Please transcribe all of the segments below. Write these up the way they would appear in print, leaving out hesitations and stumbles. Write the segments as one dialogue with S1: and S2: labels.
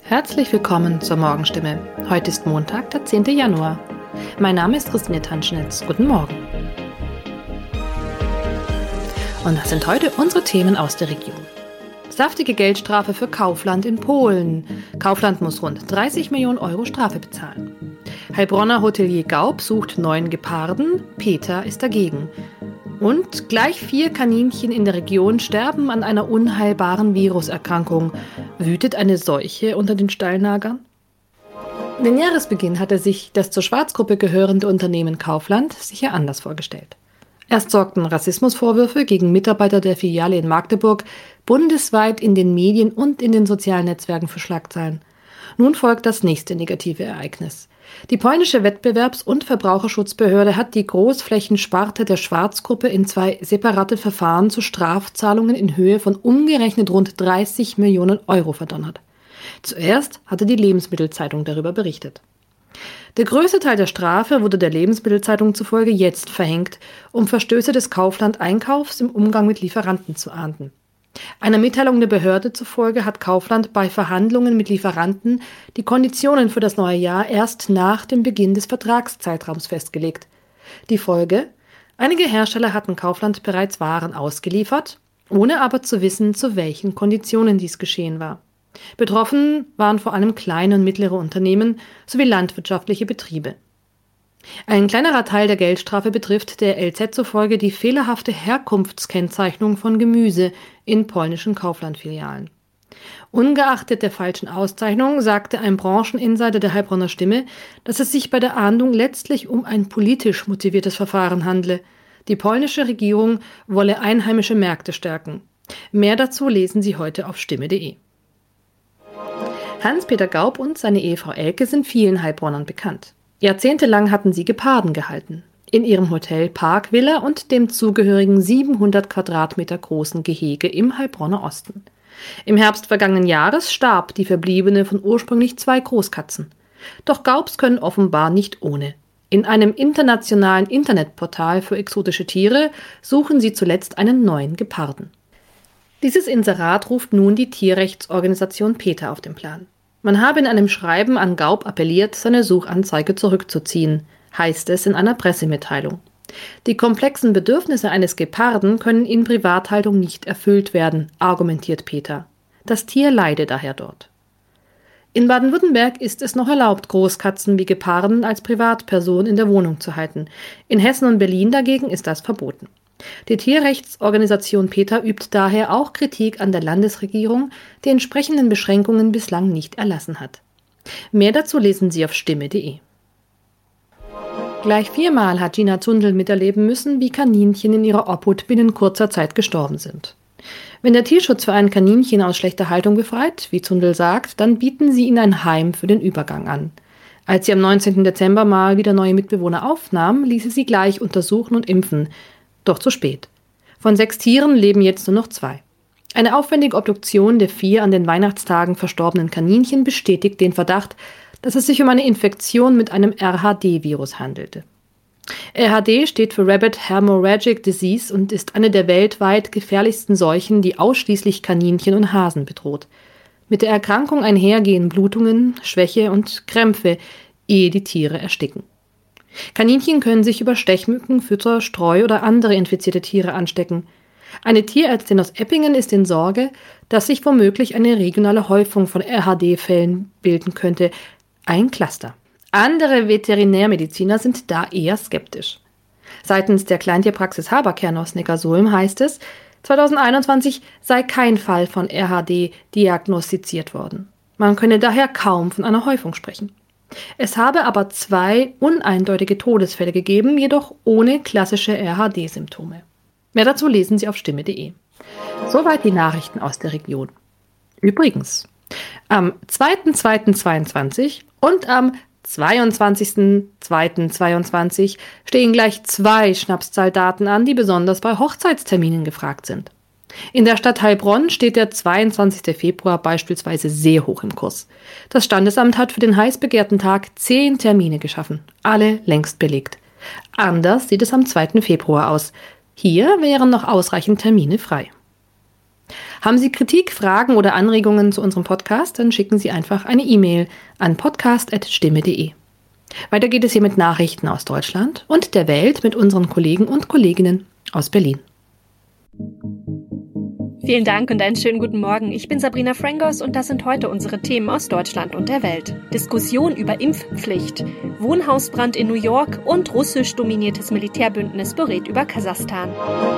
S1: Herzlich willkommen zur Morgenstimme. Heute ist Montag, der 10. Januar. Mein Name ist Christine Tanschnitz. Guten Morgen. Und das sind heute unsere Themen aus der Region. Saftige Geldstrafe für Kaufland in Polen. Kaufland muss rund 30 Millionen Euro Strafe bezahlen. Heilbronner Hotelier Gaub sucht neuen Geparden. Peter ist dagegen. Und gleich 4 Kaninchen in der Region sterben an einer unheilbaren Viruserkrankung. Wütet eine Seuche unter den Stallnagern? Den Jahresbeginn hatte sich das zur Schwarzgruppe gehörende Unternehmen Kaufland sicher anders vorgestellt. Erst sorgten Rassismusvorwürfe gegen Mitarbeiter der Filiale in Magdeburg bundesweit in den Medien und in den sozialen Netzwerken für Schlagzeilen. Nun folgt das nächste negative Ereignis. Die polnische Wettbewerbs- und Verbraucherschutzbehörde hat die Großflächensparte der Schwarzgruppe in 2 separate Verfahren zu Strafzahlungen in Höhe von umgerechnet rund 30 Millionen Euro verdonnert. Zuerst hatte die Lebensmittelzeitung darüber berichtet. Der größte Teil der Strafe wurde der Lebensmittelzeitung zufolge jetzt verhängt, um Verstöße des Kaufland-Einkaufs im Umgang mit Lieferanten zu ahnden. Einer Mitteilung der Behörde zufolge hat Kaufland bei Verhandlungen mit Lieferanten die Konditionen für das neue Jahr erst nach dem Beginn des Vertragszeitraums festgelegt. Die Folge? Einige Hersteller hatten Kaufland bereits Waren ausgeliefert, ohne aber zu wissen, zu welchen Konditionen dies geschehen war. Betroffen waren vor allem kleine und mittlere Unternehmen sowie landwirtschaftliche Betriebe. Ein kleinerer Teil der Geldstrafe betrifft der LZ zufolge die fehlerhafte Herkunftskennzeichnung von Gemüse in polnischen Kaufland-Filialen. Ungeachtet der falschen Auszeichnung sagte ein Brancheninsider der Heilbronner Stimme, dass es sich bei der Ahndung letztlich um ein politisch motiviertes Verfahren handle. Die polnische Regierung wolle einheimische Märkte stärken. Mehr dazu lesen Sie heute auf stimme.de. Hans-Peter Gaub und seine Ehefrau Elke sind vielen Heilbronnern bekannt. Jahrzehntelang hatten sie Geparden gehalten. In ihrem Hotel Parkvilla und dem zugehörigen 700 Quadratmeter großen Gehege im Heilbronner Osten. Im Herbst vergangenen Jahres starb die verbliebene von ursprünglich 2 Großkatzen. Doch Gaubs können offenbar nicht ohne. In einem internationalen Internetportal für exotische Tiere suchen sie zuletzt einen neuen Geparden. Dieses Inserat ruft nun die Tierrechtsorganisation PETA auf den Plan. Man habe in einem Schreiben an Gaub appelliert, seine Suchanzeige zurückzuziehen, heißt es in einer Pressemitteilung. Die komplexen Bedürfnisse eines Geparden können in Privathaltung nicht erfüllt werden, argumentiert PETA. Das Tier leide daher dort. In Baden-Württemberg ist es noch erlaubt, Großkatzen wie Geparden als Privatperson in der Wohnung zu halten. In Hessen und Berlin dagegen ist das verboten. Die Tierrechtsorganisation PETA übt daher auch Kritik an der Landesregierung, die entsprechenden Beschränkungen bislang nicht erlassen hat. Mehr dazu lesen Sie auf stimme.de. Gleich 4-mal hat Gina Zundel miterleben müssen, wie Kaninchen in ihrer Obhut binnen kurzer Zeit gestorben sind. Wenn der Tierschutz für ein Kaninchen aus schlechter Haltung befreit, wie Zundel sagt, dann bieten sie ihnen ein Heim für den Übergang an. Als sie am 19. Dezember mal wieder neue Mitbewohner aufnahm, ließ sie gleich untersuchen und impfen. Doch zu spät. Von 6 Tieren leben jetzt nur noch 2. Eine aufwendige Obduktion der 4 an den Weihnachtstagen verstorbenen Kaninchen bestätigt den Verdacht, dass es sich um eine Infektion mit einem RHD-Virus handelte. RHD steht für Rabbit Hemorrhagic Disease und ist eine der weltweit gefährlichsten Seuchen, die ausschließlich Kaninchen und Hasen bedroht. Mit der Erkrankung einhergehen Blutungen, Schwäche und Krämpfe, ehe die Tiere ersticken. Kaninchen können sich über Stechmücken, Fütter, Streu oder andere infizierte Tiere anstecken. Eine Tierärztin aus Eppingen ist in Sorge, dass sich womöglich eine regionale Häufung von RHD-Fällen bilden könnte. Ein Cluster. Andere Veterinärmediziner sind da eher skeptisch. Seitens der Kleintierpraxis Haberkern aus Neckarsulm heißt es, 2021 sei kein Fall von RHD diagnostiziert worden. Man könne daher kaum von einer Häufung sprechen. Es habe aber 2 uneindeutige Todesfälle gegeben, jedoch ohne klassische RHD-Symptome. Mehr dazu lesen Sie auf stimme.de. Soweit die Nachrichten aus der Region. Übrigens, am 2.2.22 und am 22.02.22 stehen gleich 2 Schnapszahldaten an, die besonders bei Hochzeitsterminen gefragt sind. In der Stadt Heilbronn steht der 22. Februar beispielsweise sehr hoch im Kurs. Das Standesamt hat für den heiß begehrten Tag 10 Termine geschaffen, alle längst belegt. Anders sieht es am 2. Februar aus. Hier wären noch ausreichend Termine frei. Haben Sie Kritik, Fragen oder Anregungen zu unserem Podcast, dann schicken Sie einfach eine E-Mail an podcast@stimme.de. Weiter geht es hier mit Nachrichten aus Deutschland und der Welt mit unseren Kollegen und Kolleginnen aus Berlin.
S2: Vielen Dank und einen schönen guten Morgen. Ich bin Sabrina Frangos und das sind heute unsere Themen aus Deutschland und der Welt. Diskussion über Impfpflicht, Wohnhausbrand in New York und russisch dominiertes Militärbündnis berät über Kasachstan.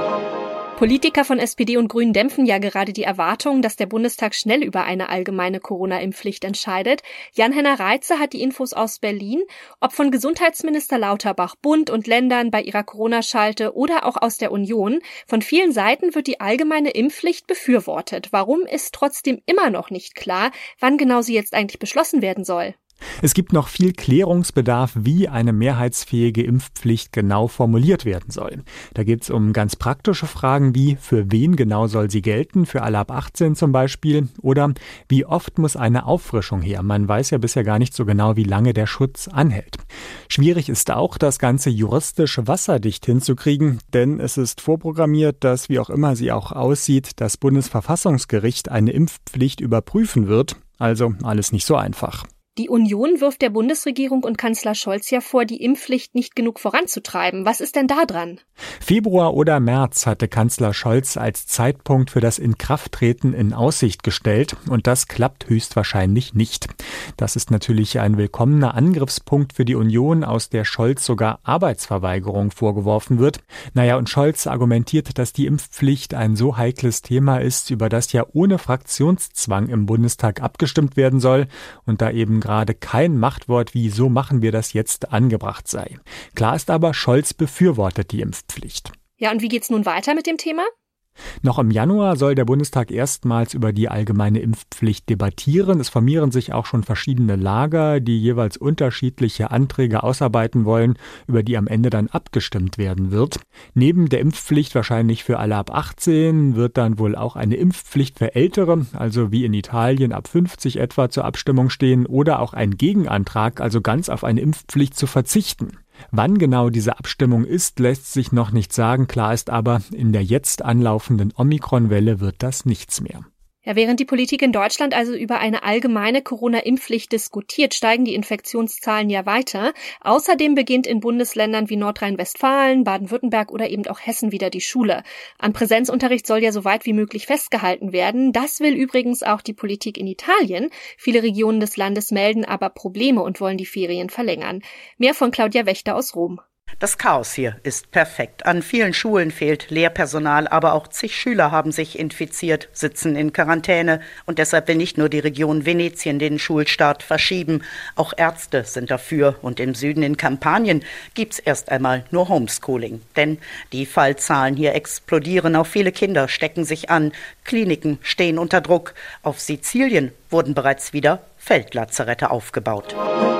S2: Politiker von SPD und Grünen dämpfen ja gerade die Erwartung, dass der Bundestag schnell über eine allgemeine Corona-Impfpflicht entscheidet. Jan-Henner Reitze hat die Infos aus Berlin. Ob von Gesundheitsminister Lauterbach, Bund und Ländern bei ihrer Corona-Schalte oder auch aus der Union, von vielen Seiten wird die allgemeine Impfpflicht befürwortet. Warum ist trotzdem immer noch nicht klar, wann genau sie jetzt eigentlich beschlossen werden soll?
S3: Es gibt noch viel Klärungsbedarf, wie eine mehrheitsfähige Impfpflicht genau formuliert werden soll. Da geht es um ganz praktische Fragen wie, für wen genau soll sie gelten, für alle ab 18 zum Beispiel, oder wie oft muss eine Auffrischung her. Man weiß ja bisher gar nicht so genau, wie lange der Schutz anhält. Schwierig ist auch, das Ganze juristisch wasserdicht hinzukriegen, denn es ist vorprogrammiert, dass, wie auch immer sie auch aussieht, das Bundesverfassungsgericht eine Impfpflicht überprüfen wird. Also alles nicht so einfach.
S2: Die Union wirft der Bundesregierung und Kanzler Scholz ja vor, die Impfpflicht nicht genug voranzutreiben. Was ist denn da dran?
S3: Februar oder März hatte Kanzler Scholz als Zeitpunkt für das Inkrafttreten in Aussicht gestellt und das klappt höchstwahrscheinlich nicht. Das ist natürlich ein willkommener Angriffspunkt für die Union, aus der Scholz sogar Arbeitsverweigerung vorgeworfen wird. Und Scholz argumentiert, dass die Impfpflicht ein so heikles Thema ist, über das ja ohne Fraktionszwang im Bundestag abgestimmt werden soll und da eben gerade kein Machtwort wie "so machen wir das jetzt" angebracht sei. Klar ist aber, Scholz befürwortet die Impfpflicht.
S2: Ja, und wie geht's nun weiter mit dem Thema?
S3: Noch im Januar soll der Bundestag erstmals über die allgemeine Impfpflicht debattieren. Es formieren sich auch schon verschiedene Lager, die jeweils unterschiedliche Anträge ausarbeiten wollen, über die am Ende dann abgestimmt werden wird. Neben der Impfpflicht wahrscheinlich für alle ab 18 wird dann wohl auch eine Impfpflicht für Ältere, also wie in Italien ab 50 etwa, zur Abstimmung stehen oder auch ein Gegenantrag, also ganz auf eine Impfpflicht zu verzichten. Wann genau diese Abstimmung ist, lässt sich noch nicht sagen. Klar ist aber, in der jetzt anlaufenden Omikron-Welle wird das nichts mehr.
S2: Ja, während die Politik in Deutschland also über eine allgemeine Corona-Impfpflicht diskutiert, steigen die Infektionszahlen ja weiter. Außerdem beginnt in Bundesländern wie Nordrhein-Westfalen, Baden-Württemberg oder eben auch Hessen wieder die Schule. An Präsenzunterricht soll ja so weit wie möglich festgehalten werden. Das will übrigens auch die Politik in Italien. Viele Regionen des Landes melden aber Probleme und wollen die Ferien verlängern. Mehr von Claudia Wächter aus Rom.
S4: Das Chaos hier ist perfekt. An vielen Schulen fehlt Lehrpersonal, aber auch zig Schüler haben sich infiziert, sitzen in Quarantäne und deshalb will nicht nur die Region Venetien den Schulstart verschieben. Auch Ärzte sind dafür und im Süden in Kampanien gibt's erst einmal nur Homeschooling. Denn die Fallzahlen hier explodieren, auch viele Kinder stecken sich an, Kliniken stehen unter Druck. Auf Sizilien wurden bereits wieder Feldlazarette aufgebaut.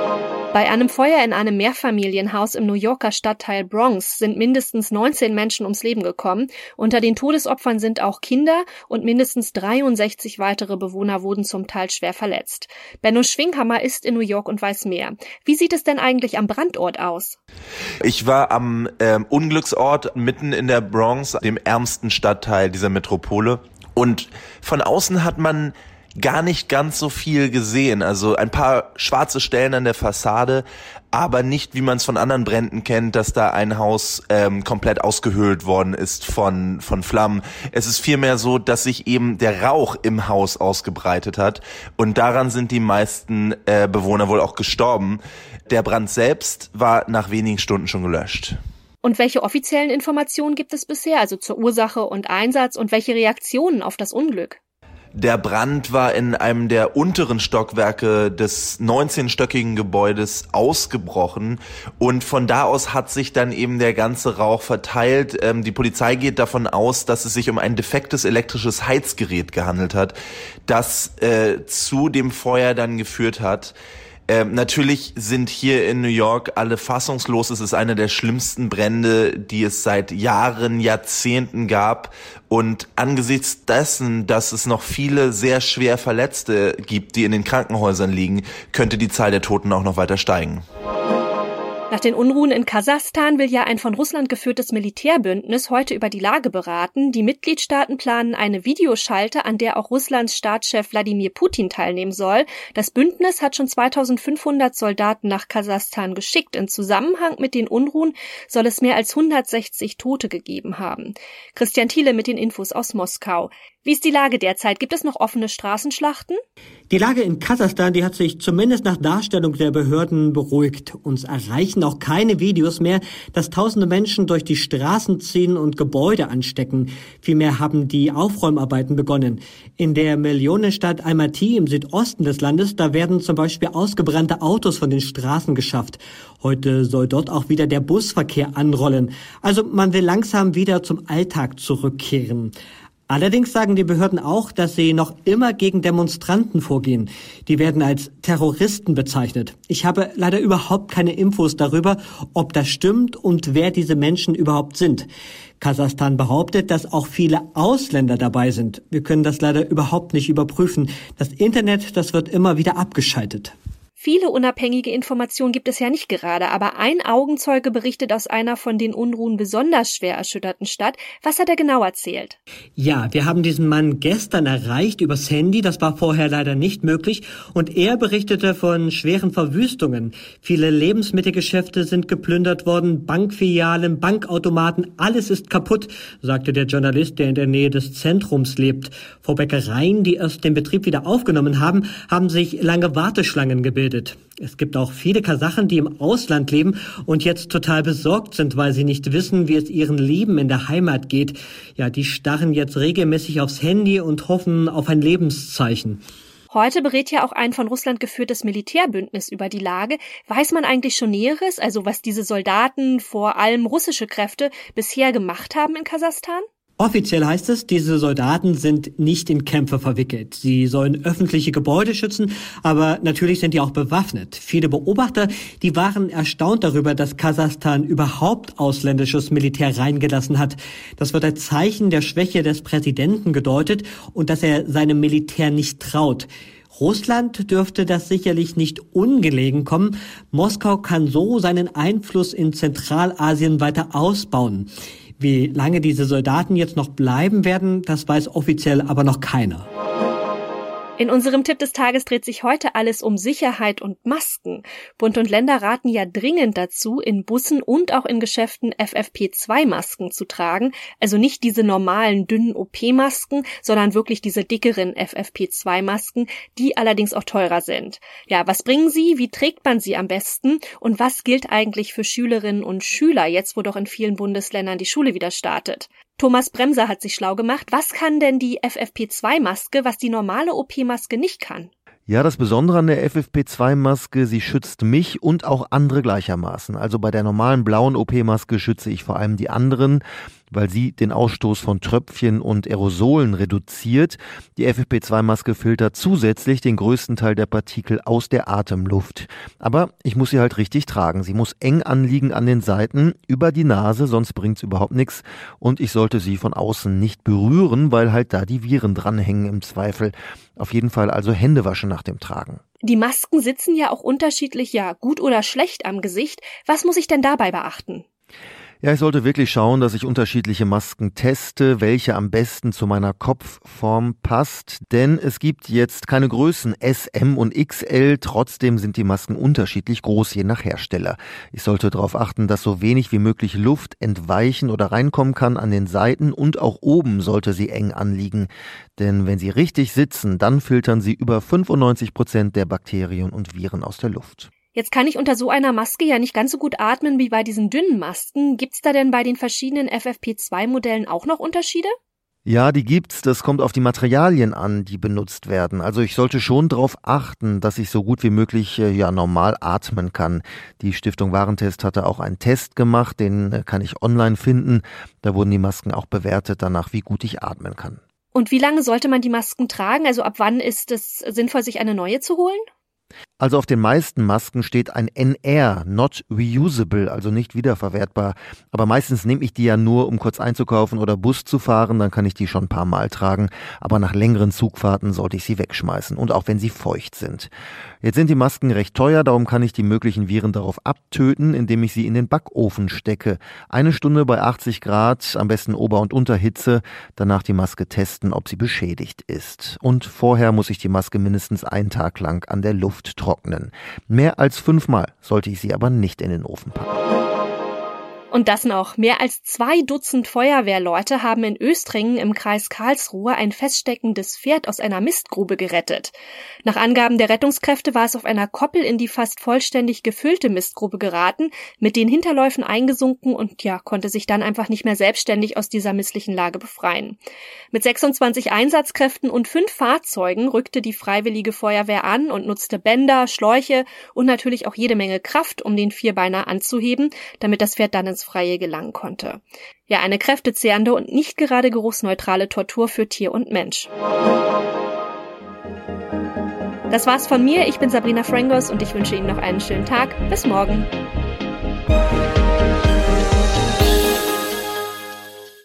S2: Bei einem Feuer in einem Mehrfamilienhaus im New Yorker Stadtteil Bronx sind mindestens 19 Menschen ums Leben gekommen. Unter den Todesopfern sind auch Kinder und mindestens 63 weitere Bewohner wurden zum Teil schwer verletzt. Benno Schwinghammer ist in New York und weiß mehr. Wie sieht es denn eigentlich am Brandort aus?
S5: Ich war am Unglücksort mitten in der Bronx, dem ärmsten Stadtteil dieser Metropole. Und von außen hat man gar nicht ganz so viel gesehen. Also ein paar schwarze Stellen an der Fassade, aber nicht, wie man es von anderen Bränden kennt, dass da ein Haus komplett ausgehöhlt worden ist von Flammen. Es ist vielmehr so, dass sich eben der Rauch im Haus ausgebreitet hat und daran sind die meisten Bewohner wohl auch gestorben. Der Brand selbst war nach wenigen Stunden schon gelöscht.
S2: Und welche offiziellen Informationen gibt es bisher, also zur Ursache und Einsatz und welche Reaktionen auf das Unglück?
S5: Der Brand war in einem der unteren Stockwerke des 19-stöckigen Gebäudes ausgebrochen und von da aus hat sich dann eben der ganze Rauch verteilt. Die Polizei geht davon aus, dass es sich um ein defektes elektrisches Heizgerät gehandelt hat, das zu dem Feuer dann geführt hat. Natürlich sind hier in New York alle fassungslos. Es ist einer der schlimmsten Brände, die es seit Jahren, Jahrzehnten gab. Und angesichts dessen, dass es noch viele sehr schwer Verletzte gibt, die in den Krankenhäusern liegen, könnte die Zahl der Toten auch noch weiter steigen.
S2: Nach den Unruhen in Kasachstan will ja ein von Russland geführtes Militärbündnis heute über die Lage beraten. Die Mitgliedstaaten planen eine Videoschalte, an der auch Russlands Staatschef Wladimir Putin teilnehmen soll. Das Bündnis hat schon 2500 Soldaten nach Kasachstan geschickt. Im Zusammenhang mit den Unruhen soll es mehr als 160 Tote gegeben haben. Christian Thiele mit den Infos aus Moskau. Wie ist die Lage derzeit? Gibt es noch offene Straßenschlachten?
S6: Die Lage in Kasachstan, die hat sich zumindest nach Darstellung der Behörden beruhigt. Uns erreichen auch keine Videos mehr, dass tausende Menschen durch die Straßen ziehen und Gebäude anstecken. Vielmehr haben die Aufräumarbeiten begonnen. In der Millionenstadt Almaty im Südosten des Landes, da werden zum Beispiel ausgebrannte Autos von den Straßen geschafft. Heute soll dort auch wieder der Busverkehr anrollen. Also man will langsam wieder zum Alltag zurückkehren. Allerdings sagen die Behörden auch, dass sie noch immer gegen Demonstranten vorgehen. Die werden als Terroristen bezeichnet. Ich habe leider überhaupt keine Infos darüber, ob das stimmt und wer diese Menschen überhaupt sind. Kasachstan behauptet, dass auch viele Ausländer dabei sind. Wir können das leider überhaupt nicht überprüfen. Das Internet, das wird immer wieder abgeschaltet.
S2: Viele unabhängige Informationen gibt es ja nicht gerade, aber ein Augenzeuge berichtet aus einer von den Unruhen besonders schwer erschütterten Stadt. Was hat er genau erzählt?
S6: Ja, wir haben diesen Mann gestern erreicht übers Handy, das war vorher leider nicht möglich, und er berichtete von schweren Verwüstungen. Viele Lebensmittelgeschäfte sind geplündert worden, Bankfilialen, Bankautomaten, alles ist kaputt, sagte der Journalist, der in der Nähe des Zentrums lebt. Vor Bäckereien, die erst den Betrieb wieder aufgenommen haben, haben sich lange Warteschlangen gebildet. Es gibt auch viele Kasachen, die im Ausland leben und jetzt total besorgt sind, weil sie nicht wissen, wie es ihren Lieben in der Heimat geht. Ja, die starren jetzt regelmäßig aufs Handy und hoffen auf ein Lebenszeichen.
S2: Heute berät ja auch ein von Russland geführtes Militärbündnis über die Lage. Weiß man eigentlich schon Näheres, also was diese Soldaten, vor allem russische Kräfte, bisher gemacht haben in Kasachstan?
S6: Offiziell heißt es, diese Soldaten sind nicht in Kämpfe verwickelt. Sie sollen öffentliche Gebäude schützen, aber natürlich sind die auch bewaffnet. Viele Beobachter, die waren erstaunt darüber, dass Kasachstan überhaupt ausländisches Militär reingelassen hat. Das wird als Zeichen der Schwäche des Präsidenten gedeutet und dass er seinem Militär nicht traut. Russland dürfte das sicherlich nicht ungelegen kommen. Moskau kann so seinen Einfluss in Zentralasien weiter ausbauen. Wie lange diese Soldaten jetzt noch bleiben werden, das weiß offiziell aber noch keiner.
S2: In unserem Tipp des Tages dreht sich heute alles um Sicherheit und Masken. Bund und Länder raten ja dringend dazu, in Bussen und auch in Geschäften FFP2-Masken zu tragen. Also nicht diese normalen, dünnen OP-Masken, sondern wirklich diese dickeren FFP2-Masken, die allerdings auch teurer sind. Ja, was bringen sie? Wie trägt man sie am besten? Und was gilt eigentlich für Schülerinnen und Schüler, jetzt wo doch in vielen Bundesländern die Schule wieder startet? Thomas Bremser hat sich schlau gemacht. Was kann denn die FFP2-Maske, was die normale OP-Maske nicht kann?
S7: Ja, das Besondere an der FFP2-Maske, sie schützt mich und auch andere gleichermaßen. Also bei der normalen blauen OP-Maske schütze ich vor allem die anderen, weil sie den Ausstoß von Tröpfchen und Aerosolen reduziert. Die FFP2-Maske filtert zusätzlich den größten Teil der Partikel aus der Atemluft. Aber ich muss sie halt richtig tragen. Sie muss eng anliegen an den Seiten, über die Nase, sonst bringt's überhaupt nichts. Und ich sollte sie von außen nicht berühren, weil halt da die Viren dranhängen im Zweifel. Auf jeden Fall also Hände waschen nach dem Tragen.
S2: Die Masken sitzen ja auch unterschiedlich, ja, gut oder schlecht am Gesicht. Was muss ich denn dabei beachten?
S7: Ja, ich sollte wirklich schauen, dass ich unterschiedliche Masken teste, welche am besten zu meiner Kopfform passt. Denn es gibt jetzt keine Größen S, M und XL. Trotzdem sind die Masken unterschiedlich groß, je nach Hersteller. Ich sollte darauf achten, dass so wenig wie möglich Luft entweichen oder reinkommen kann an den Seiten und auch oben sollte sie eng anliegen. Denn wenn sie richtig sitzen, dann filtern sie über 95% der Bakterien und Viren aus der Luft.
S2: Jetzt kann ich unter so einer Maske ja nicht ganz so gut atmen wie bei diesen dünnen Masken. Gibt's da denn bei den verschiedenen FFP2-Modellen auch noch Unterschiede?
S7: Ja, die gibt's. Das kommt auf die Materialien an, die benutzt werden. Also ich sollte schon darauf achten, dass ich so gut wie möglich normal atmen kann. Die Stiftung Warentest hatte auch einen Test gemacht, den kann ich online finden. Da wurden die Masken auch bewertet danach, wie gut ich atmen kann.
S2: Und wie lange sollte man die Masken tragen? Also ab wann ist es sinnvoll, sich eine neue zu holen?
S7: Also auf den meisten Masken steht ein NR, not reusable, also nicht wiederverwertbar. Aber meistens nehme ich die ja nur, um kurz einzukaufen oder Bus zu fahren, dann kann ich die schon ein paar Mal tragen. Aber nach längeren Zugfahrten sollte ich sie wegschmeißen und auch wenn sie feucht sind. Jetzt sind die Masken recht teuer, darum kann ich die möglichen Viren darauf abtöten, indem ich sie in den Backofen stecke. 1 Stunde bei 80 Grad, am besten Ober- und Unterhitze, danach die Maske testen, ob sie beschädigt ist. Und vorher muss ich die Maske mindestens 1 Tag lang an der Luft trocknen. Mehr als 5 Mal sollte ich sie aber nicht in den Ofen packen.
S2: Und das noch. Mehr als 2 Dutzend Feuerwehrleute haben in Östringen im Kreis Karlsruhe ein feststeckendes Pferd aus einer Mistgrube gerettet. Nach Angaben der Rettungskräfte war es auf einer Koppel in die fast vollständig gefüllte Mistgrube geraten, mit den Hinterläufen eingesunken und konnte sich dann einfach nicht mehr selbstständig aus dieser misslichen Lage befreien. Mit 26 Einsatzkräften und 5 Fahrzeugen rückte die Freiwillige Feuerwehr an und nutzte Bänder, Schläuche und natürlich auch jede Menge Kraft, um den Vierbeiner anzuheben, damit das Pferd dann ins Freie gelangen konnte. Ja, eine kräftezehrende und nicht gerade geruchsneutrale Tortur für Tier und Mensch. Das war's von mir. Ich bin Sabrina Frangos und ich wünsche Ihnen noch einen schönen Tag. Bis morgen.